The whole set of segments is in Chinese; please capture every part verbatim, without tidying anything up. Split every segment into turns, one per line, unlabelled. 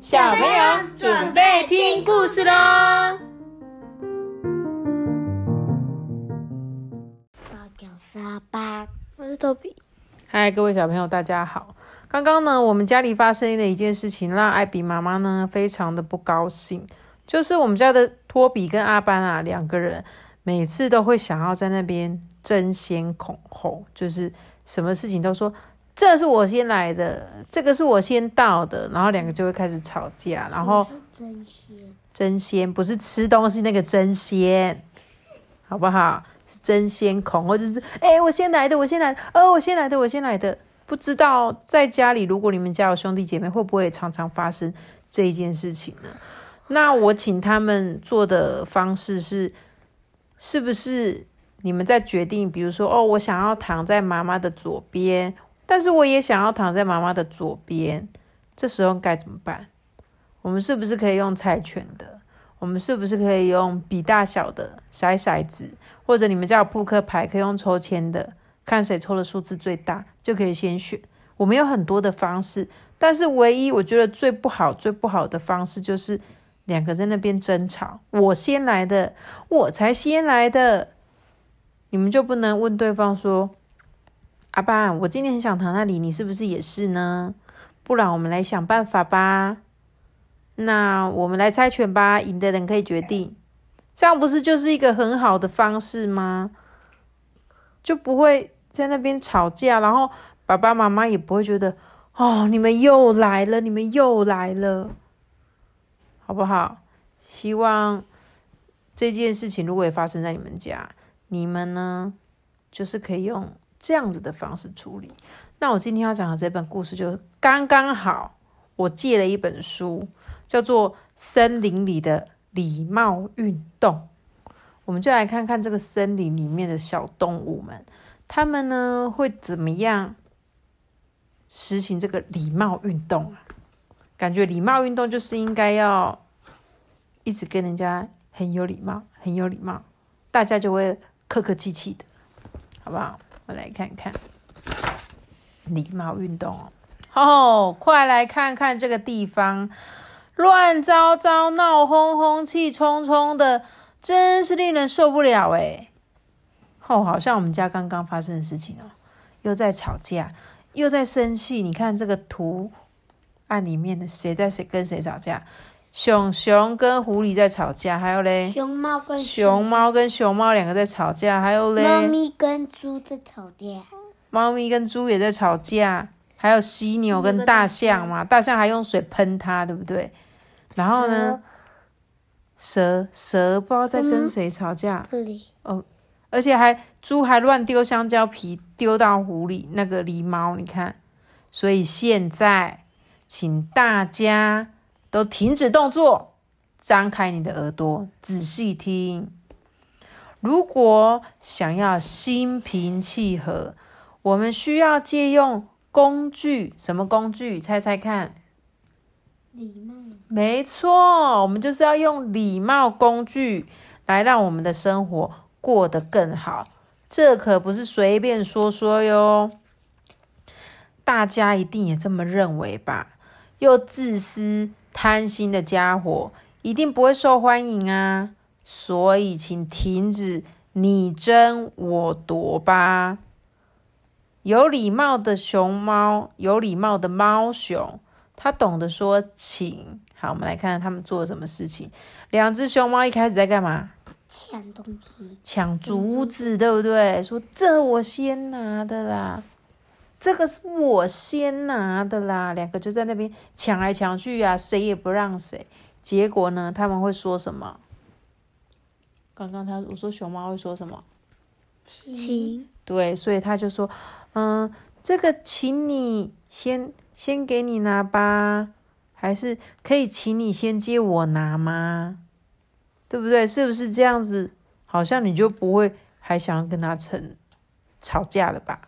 小朋友准备听故事咯。
我是阿爸，我是托比。
嗨，各位小朋友，大家好。刚刚呢，我们家里发生了一件事情，让艾比妈妈呢非常的不高兴。就是我们家的托比跟阿班啊，两个人每次都会想要在那边争先恐后，就是什么事情都说这是我先来的，这个是我先到的，然后两个就会开始吵架。然后
争先，
争先不是吃东西那个争先，好不好？是争先恐后，就是哎、欸，我先来的，我先来的，哦，我先来的，我先来的。不知道在家里，如果你们家有兄弟姐妹，会不会常常发生这一件事情呢？那我请他们做的方式是，是不是你们在决定，比如说，哦，我想要躺在妈妈的左边，但是我也想要躺在妈妈的左边，这时候该怎么办？我们是不是可以用猜拳的？我们是不是可以用比大小的骰骰子，或者你们家有扑克牌，可以用抽签的，看谁抽的数字最大，就可以先选。我们有很多的方式，但是唯一我觉得最不好、最不好的方式就是两个在那边争吵，我先来的，我才先来的，你们就不能问对方说，阿爸，我今天很想躺那里，你是不是也是呢？不然我们来想办法吧。那我们来猜拳吧，赢的人可以决定。这样不是就是一个很好的方式吗？就不会在那边吵架，然后爸爸妈妈也不会觉得，哦，你们又来了，你们又来了，好不好？希望这件事情如果也发生在你们家，你们呢，就是可以用这样子的方式处理。那我今天要讲的这本故事就刚刚好，我借了一本书，叫做《森林里的礼貌运动》。我们就来看看这个森林里面的小动物们，他们呢会怎么样实行这个礼貌运动啊？感觉礼貌运动就是应该要一直跟人家很有礼貌，很有礼貌，大家就会客客气气的，好不好？我来看看礼貌运动哦。哦，快来看看这个地方，乱糟糟、闹哄哄、气冲冲的，真是令人受不了哎！哦，好像我们家刚刚发生的事情哦，又在吵架，又在生气。你看这个图案里面的谁在谁跟谁吵架？熊熊跟狐狸在吵架，还有嘞，
熊猫跟
熊猫跟熊猫两个在吵架，还有嘞，
猫咪跟猪在吵架，
猫咪跟猪也在吵架，还有犀牛跟大象嘛，大象还用水喷它，对不对？然后呢？蛇蛇不知道在跟谁吵架，
这里
哦，而且还猪还乱丢香蕉皮丢到湖里，那个狸猫你看，所以现在请大家都停止动作，张开你的耳朵仔细听。如果想要心平气和，我们需要借用工具，什么工具？猜猜看。
礼貌，
没错，我们就是要用礼貌工具来让我们的生活过得更好。这可不是随便说说哟，大家一定也这么认为吧？又自私贪心的家伙一定不会受欢迎啊！所以请停止你争我夺吧。有礼貌的熊猫，有礼貌的猫熊，他懂得说请。好，我们来看看他们做了什么事情。两只熊猫一开始在干嘛？
抢东西，
抢竹子，对不对？说这我先拿的啦，这个是我先拿的啦。两个就在那边抢来抢去啊，谁也不让谁。结果呢，他们会说什么？刚刚他我说熊猫会说什么？
请，
对，所以他就说，嗯，这个请你先先给你拿吧，还是可以请你先借我拿吗？对不对？是不是这样子？好像你就不会还想要跟他成吵架了吧？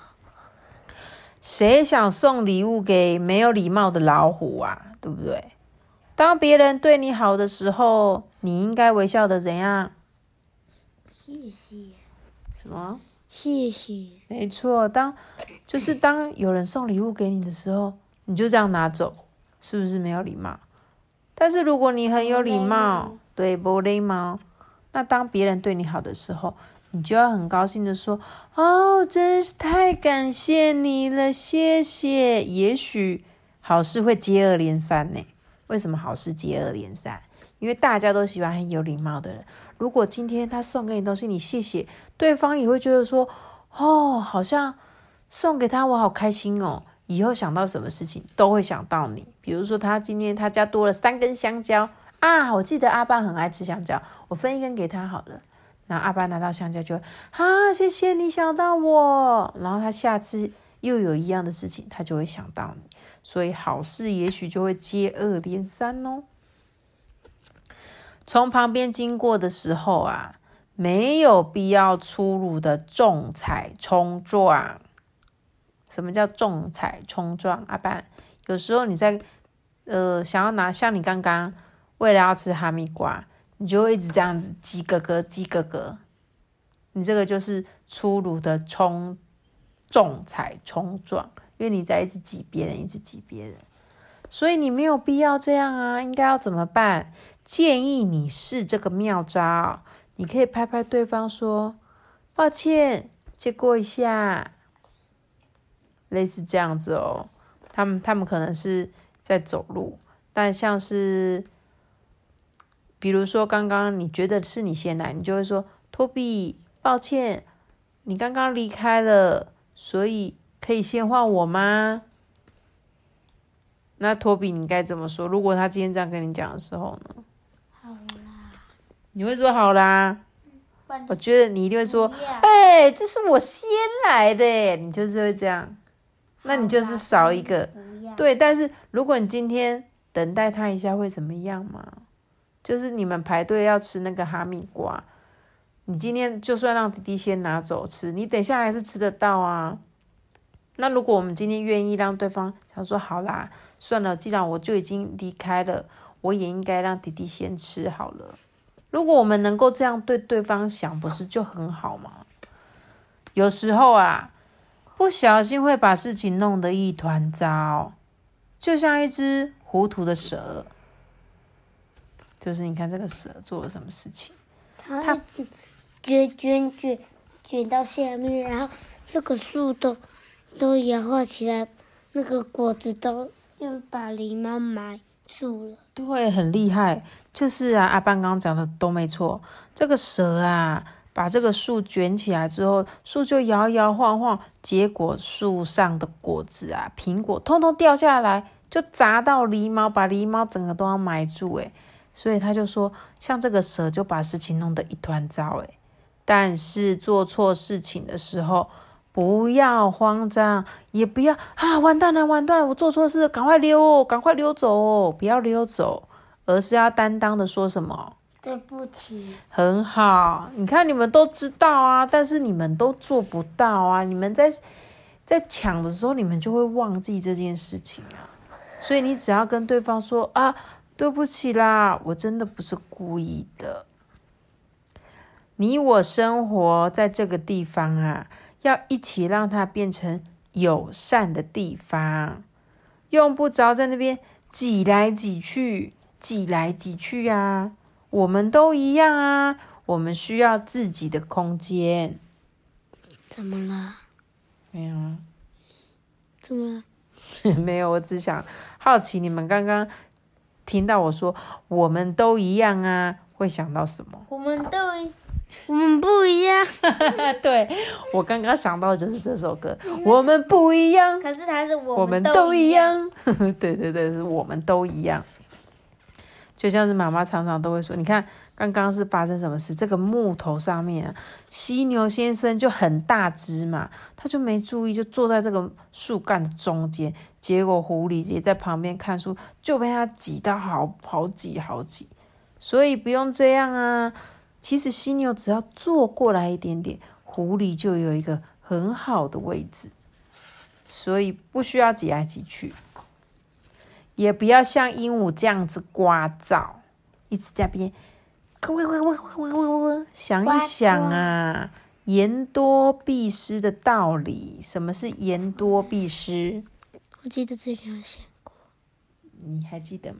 谁想送礼物给没有礼貌的老虎啊？对不对？当别人对你好的时候，你应该微笑的怎样？
谢谢，
什么？
谢谢，
没错，当就是当有人送礼物给你的时候，你就这样拿走，是不是没有礼貌？ 但是如果你很有礼貌，对，不礼貌，那当别人对你好的时候，你就要很高兴的说，哦，真是太感谢你了，谢谢。也许好事会接二连三呢。为什么好事接二连三？因为大家都喜欢很有礼貌的人。如果今天他送给你东西，你谢谢，对方也会觉得说，哦，好像送给他我好开心哦。以后想到什么事情都会想到你。比如说他今天他家多了三根香蕉啊，我记得阿爸很爱吃香蕉，我分一根给他好了。然后阿爸拿到香蕉就会啊，谢谢你想到我。然后他下次又有一样的事情，他就会想到你。所以好事也许就会接二连三哦。从旁边经过的时候啊，没有必要粗鲁的重踩冲撞。什么叫重踩冲撞？阿爸，有时候你在呃想要拿，像你刚刚为了要吃哈密瓜，你就会一直这样子叽咯咯叽咯咯，你这个就是粗鲁的冲重踩冲撞，因为你在一直挤别人，一直挤别人，所以你没有必要这样啊。应该要怎么办？建议你试这个妙招，你可以拍拍对方说，抱歉，借过一下，类似这样子哦。他们他们可能是在走路，但像是比如说刚刚你觉得是你先来，你就会说，托比，抱歉，你刚刚离开了，所以可以先换我吗？那托比你该怎么说？如果他今天这样跟你讲的时候呢？
好啦，
你会说好啦？我觉得你一定会说，哎、欸，这是我先来的，你就是会这样。那你就是少一个，对。但是如果你今天等待他一下，会怎么样嘛？就是你们排队要吃那个哈密瓜，你今天就算让弟弟先拿走吃，你等一下还是吃得到啊。那如果我们今天愿意让对方想说，好啦，算了，既然我就已经离开了，我也应该让弟弟先吃好了。如果我们能够这样对对方想，不是就很好吗？有时候啊，不小心会把事情弄得一团糟，就像一只糊涂的蛇。就是你看这个蛇做了什么事情，
它卷卷卷卷到下面，然后这个树都都摇晃起来，那个果子都又把狸猫埋住了。
对，很厉害。就是啊，阿班刚刚讲的都没错。这个蛇啊，把这个树卷起来之后，树就摇摇晃晃，结果树上的果子啊，苹果通通掉下来，就砸到狸猫，把狸猫整个都要埋住诶。所以他就说，像这个蛇就把事情弄得一团糟诶。但是做错事情的时候，不要慌张，也不要啊，完蛋了，完蛋了，我做错事了，赶快溜哦，赶快溜走哦，不要溜走，而是要担当的说什么？
对不起。很
好，你看你们都知道啊，但是你们都做不到啊。你们在在抢的时候，你们就会忘记这件事情啊。所以你只要跟对方说啊，对不起啦，我真的不是故意的。你我生活在这个地方啊，要一起让它变成友善的地方，用不着在那边挤来挤去，挤来挤去啊。我们都一样啊，我们需要自己的空间。
怎么了？
没有啊。
怎么了？
没有，我只想好奇你们刚刚听到我说我们都一样啊，会想到什么？
我们都一我们不一样。
对，我刚刚想到的就是这首歌，我们不一样。
可是它是我
我们都一样。对对对，是我们都一样。就像是妈妈常常都会说，你看刚刚是发生什么事？这个木头上面啊，犀牛先生就很大只嘛，他就没注意，就坐在这个树干的中间，结果狐狸也在旁边看书，就被他挤到好好挤好挤。所以不用这样啊，其实犀牛只要坐过来一点点，狐狸就有一个很好的位置，所以不需要挤来挤去。也不要像鹦鹉这样子聒噪，一直在边想一想啊，言多必失的道理。什么是言多必失？
我记得之前有写过。
你还记得吗？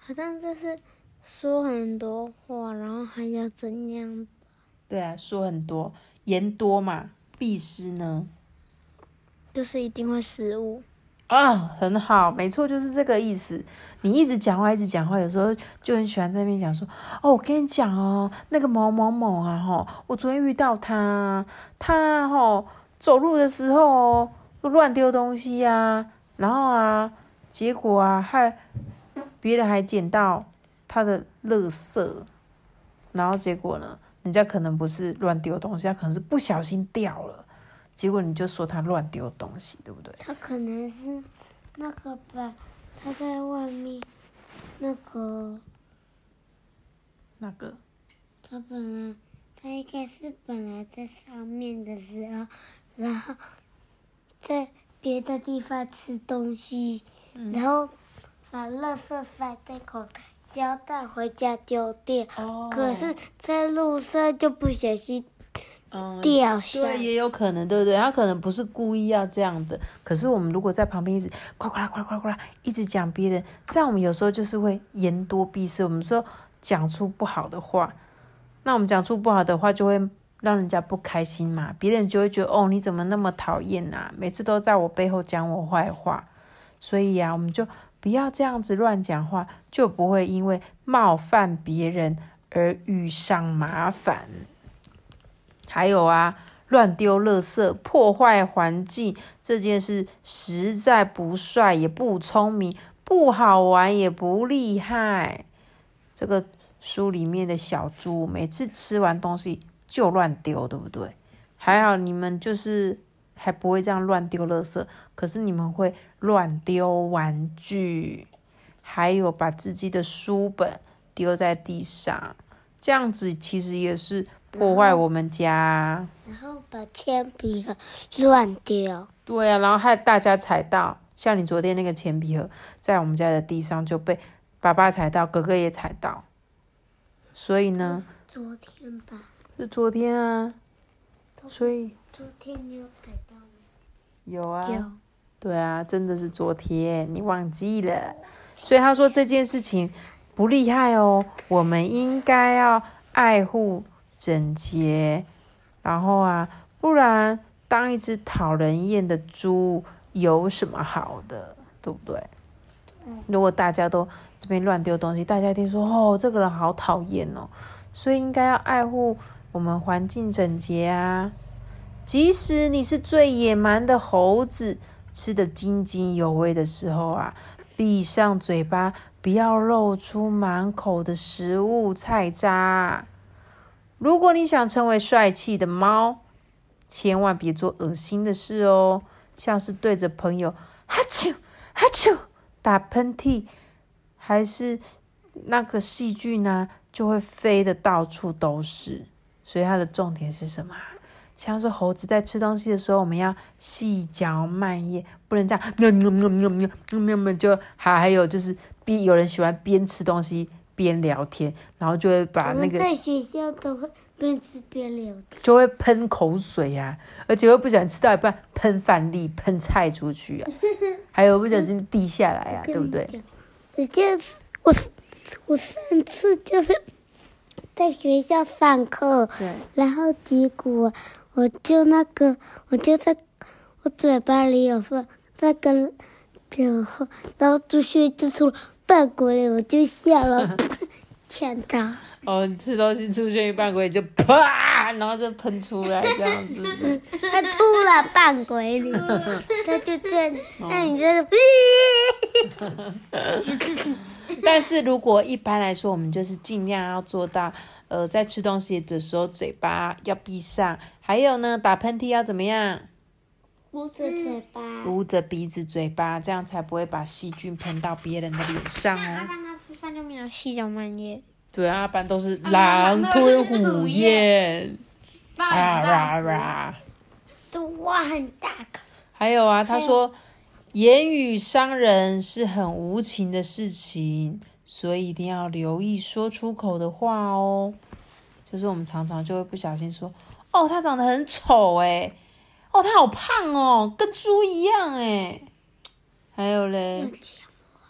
好像就是说很多话，然后还要怎样？
对啊，说很多，言多嘛，必失呢。
就是一定会失误
啊，很好，没错，就是这个意思。你一直讲话，一直讲话，有时候就很喜欢在那边讲说，哦，我跟你讲哦，那个某某某啊，吼，我昨天遇到他，他吼走路的时候哦，乱丢东西啊，然后啊，结果啊，害别人还捡到他的垃圾，然后结果呢，人家可能不是乱丢东西，他可能是不小心掉了。结果你就说他乱丢东西，对不对？
他可能是那个吧，他在外面那个
那个，
他本来他应该是本来在上面的时候，然后在别的地方吃东西，嗯、然后把垃圾塞在口袋，胶带回家丢掉。哦、可是，在路上就不小心。嗯，掉下来，
对，也有可能，对不对？他可能不是故意要这样的，可是我们如果在旁边一直呱呱啦呱啦呱啦一直讲别人，这样我们有时候就是会言多必失，我们说讲出不好的话，那我们讲出不好的话就会让人家不开心嘛，别人就会觉得哦，你怎么那么讨厌啊？每次都在我背后讲我坏话，所以啊，我们就不要这样子乱讲话，就不会因为冒犯别人而遇上麻烦。还有啊，乱丢垃圾、破坏环境这件事实在不帅，也不聪明，不好玩，也不厉害。这个书里面的小猪每次吃完东西就乱丢，对不对？还好你们就是还不会这样乱丢垃圾，可是你们会乱丢玩具，还有把自己的书本丢在地上，这样子其实也是破坏我们家，
然后把铅笔盒乱丢。
对啊，然后害大家踩到，像你昨天那个铅笔盒，在我们家的地上就被爸爸踩到，哥哥也踩到，所以呢，
昨天吧，
是昨天啊，所以
昨天你有踩到吗？
有啊，
有，
对啊，真的是昨天，你忘记了，所以他说这件事情不厉害哦，我们应该要爱护整洁，然后啊，不然当一只讨人厌的猪有什么好的，对不对？如果大家都这边乱丢东西，大家一定说哦，这个人好讨厌哦，所以应该要爱护我们环境整洁啊。即使你是最野蛮的猴子，吃得津津有味的时候啊，闭上嘴巴，不要露出满口的食物菜渣。如果你想成为帅气的猫，千万别做恶心的事哦，像是对着朋友哈啾哈啾打喷嚏，还是那个细菌啊，就会飞得到处都是。所以它的重点是什么？像是猴子在吃东西的时候，我们要细嚼慢咽，不能这样喵喵喵喵喵喵喵，就还还有就是边有人喜欢边吃东西边聊天，然后就会把那个
我们在学校都会边吃边聊天，
就会喷口水啊，而且会不小心吃到一半喷饭粒、喷菜出去啊，还有不小心滴下来啊，对不对？
我就是我我上次就是在学校上课，然后结果我就那个我就在我嘴巴里有放那个，然后然后出去就出了半鬼脸，我就笑了，呛到。
哦，你吃东西出现一半鬼就啪，然后就喷出来这样子，是不是？
他吐了半鬼脸，他就这样，那你这个，
但是如果一般来说，我们就是尽量要做到，呃，在吃东西的时候嘴巴要闭上，还有呢，打喷嚏要怎么样？
捂着嘴巴，
捂着鼻子、嘴巴，这样才不会把细菌喷到别人的脸上哦。
阿班他吃饭就没有细嚼慢咽。
对啊，阿班都是狼吞虎咽，啊啦啦，
哇，很大口。
还有啊，他说，言语伤人是很无情的事情，所以一定要留意说出口的话哦。就是我们常常就会不小心说，哦，他长得很丑哎，哦，他好胖哦，跟猪一样哎。还有嘞，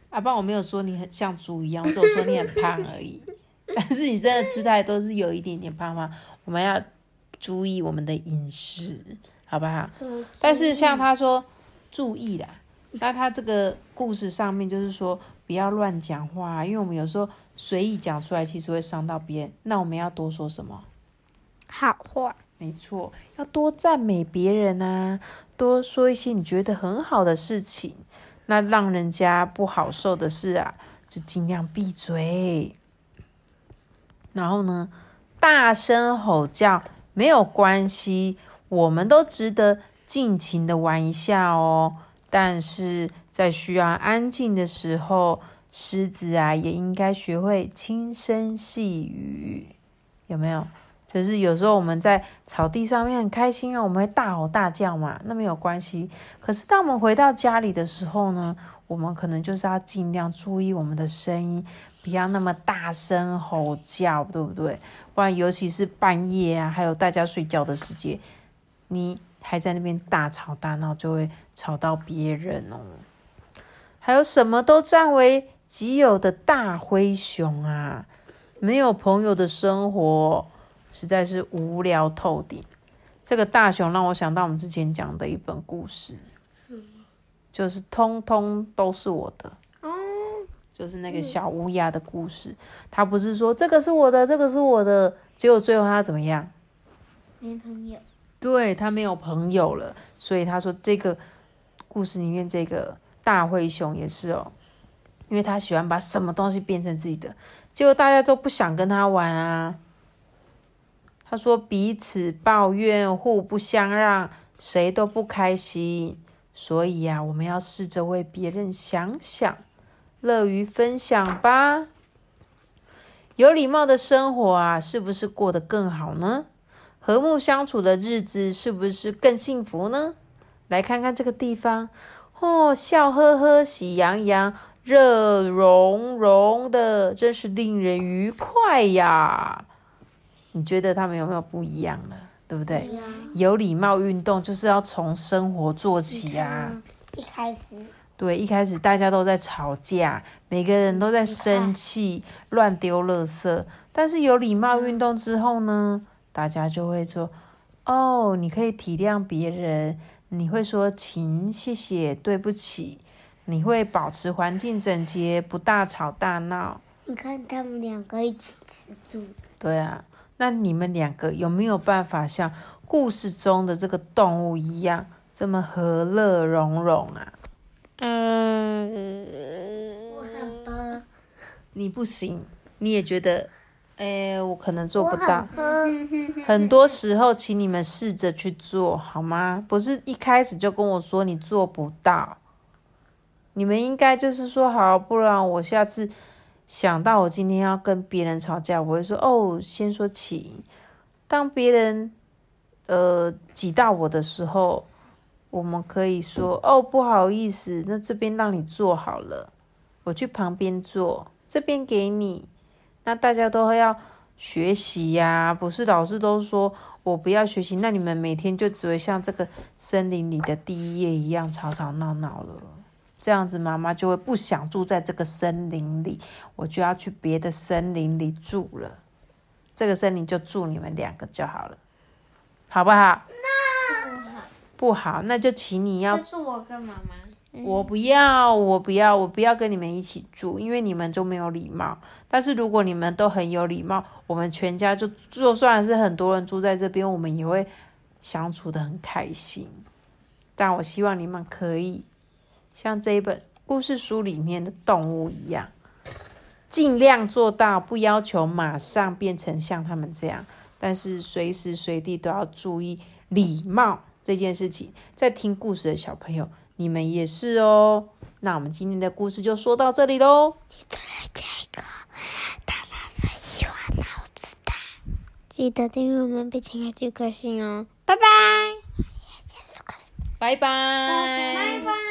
阿爸，我没有说你很像猪一样，我只有说你很胖而已。但是你真的吃太多，是有一点点胖胖。我们要注意我们的饮食，好不好？但是像他说注意啦，那他这个故事上面就是说不要乱讲话，因为我们有时候随意讲出来，其实会伤到别人。那我们要多说什么？
好话。
没错，要多赞美别人啊，多说一些你觉得很好的事情。那让人家不好受的事啊，就尽量闭嘴。然后呢，大声吼叫没有关系，我们都值得尽情的玩一下哦。但是在需要安静的时候，狮子啊也应该学会轻声细语，有没有？就是有时候我们在草地上面很开心啊，我们会大吼大叫嘛，那没有关系。可是当我们回到家里的时候呢，我们可能就是要尽量注意我们的声音，不要那么大声吼叫，对不对？不然尤其是半夜啊，还有大家睡觉的时间，你还在那边大吵大闹，就会吵到别人哦。还有什么都占为己有的大灰熊啊，没有朋友的生活实在是无聊透顶。这个大熊让我想到我们之前讲的一本故事，就是通通都是我的，就是那个小乌鸦的故事。他不是说这个是我的，这个是我的，结果最后他怎么样？
没朋友。
对，他没有朋友了，所以他说这个故事里面这个大灰熊也是哦，因为他喜欢把什么东西变成自己的，结果大家都不想跟他玩啊。他说彼此抱怨，互不相让，谁都不开心。所以啊，我们要试着为别人想想，乐于分享吧。有礼貌的生活啊，是不是过得更好呢？和睦相处的日子是不是更幸福呢？来看看这个地方哦，笑呵呵，喜洋洋，热融融的，真是令人愉快呀。你觉得他们有没有不一样了？对不对？
对啊、
有礼貌运动就是要从生活做起啊。
一开始，
对，一开始大家都在吵架，每个人都在生气，乱丢垃圾。但是有礼貌运动之后呢，大家就会说：“哦，你可以体谅别人，你会说请、谢谢、对不起，你会保持环境整洁，不大吵大闹。”
你看他们两个一起吃肚子。
对啊。那你们两个有没有办法像故事中的这个动物一样，这么和乐融融啊？
嗯，我很棒。
你不行，你也觉得，哎，我可能做不到。
很,
很多时候，请你们试着去做好吗？不是一开始就跟我说你做不到。你们应该就是说好，不然我下次想到我今天要跟别人吵架，我会说哦，先说请。当别人呃挤到我的时候，我们可以说哦，不好意思，那这边让你坐好了，我去旁边坐，这边给你。那大家都要学习呀、啊，不是老师都说我不要学习，那你们每天就只会像这个森林里的第一页一样吵吵闹闹了。这样子妈妈就会不想住在这个森林里，我就要去别的森林里住了。这个森林就住你们两个就好了，好不好？不好，那就请你要。
是我跟妈妈。
我不要，我不要，我不要跟你们一起住，因为你们就没有礼貌。但是如果你们都很有礼貌，我们全家就就算是很多人住在这边，我们也会相处得很开心。但我希望你们可以像这一本故事书里面的动物一样，尽量做到不要求马上变成像他们这样，但是随时随地都要注意礼貌这件事情。在听故事的小朋友，你们也是哦。那我们今天的故事就说到这里咯。
记得来加一个大大的喜欢脑子的，记得订阅我们并且开启颗星哦。拜拜，
拜拜，
拜拜。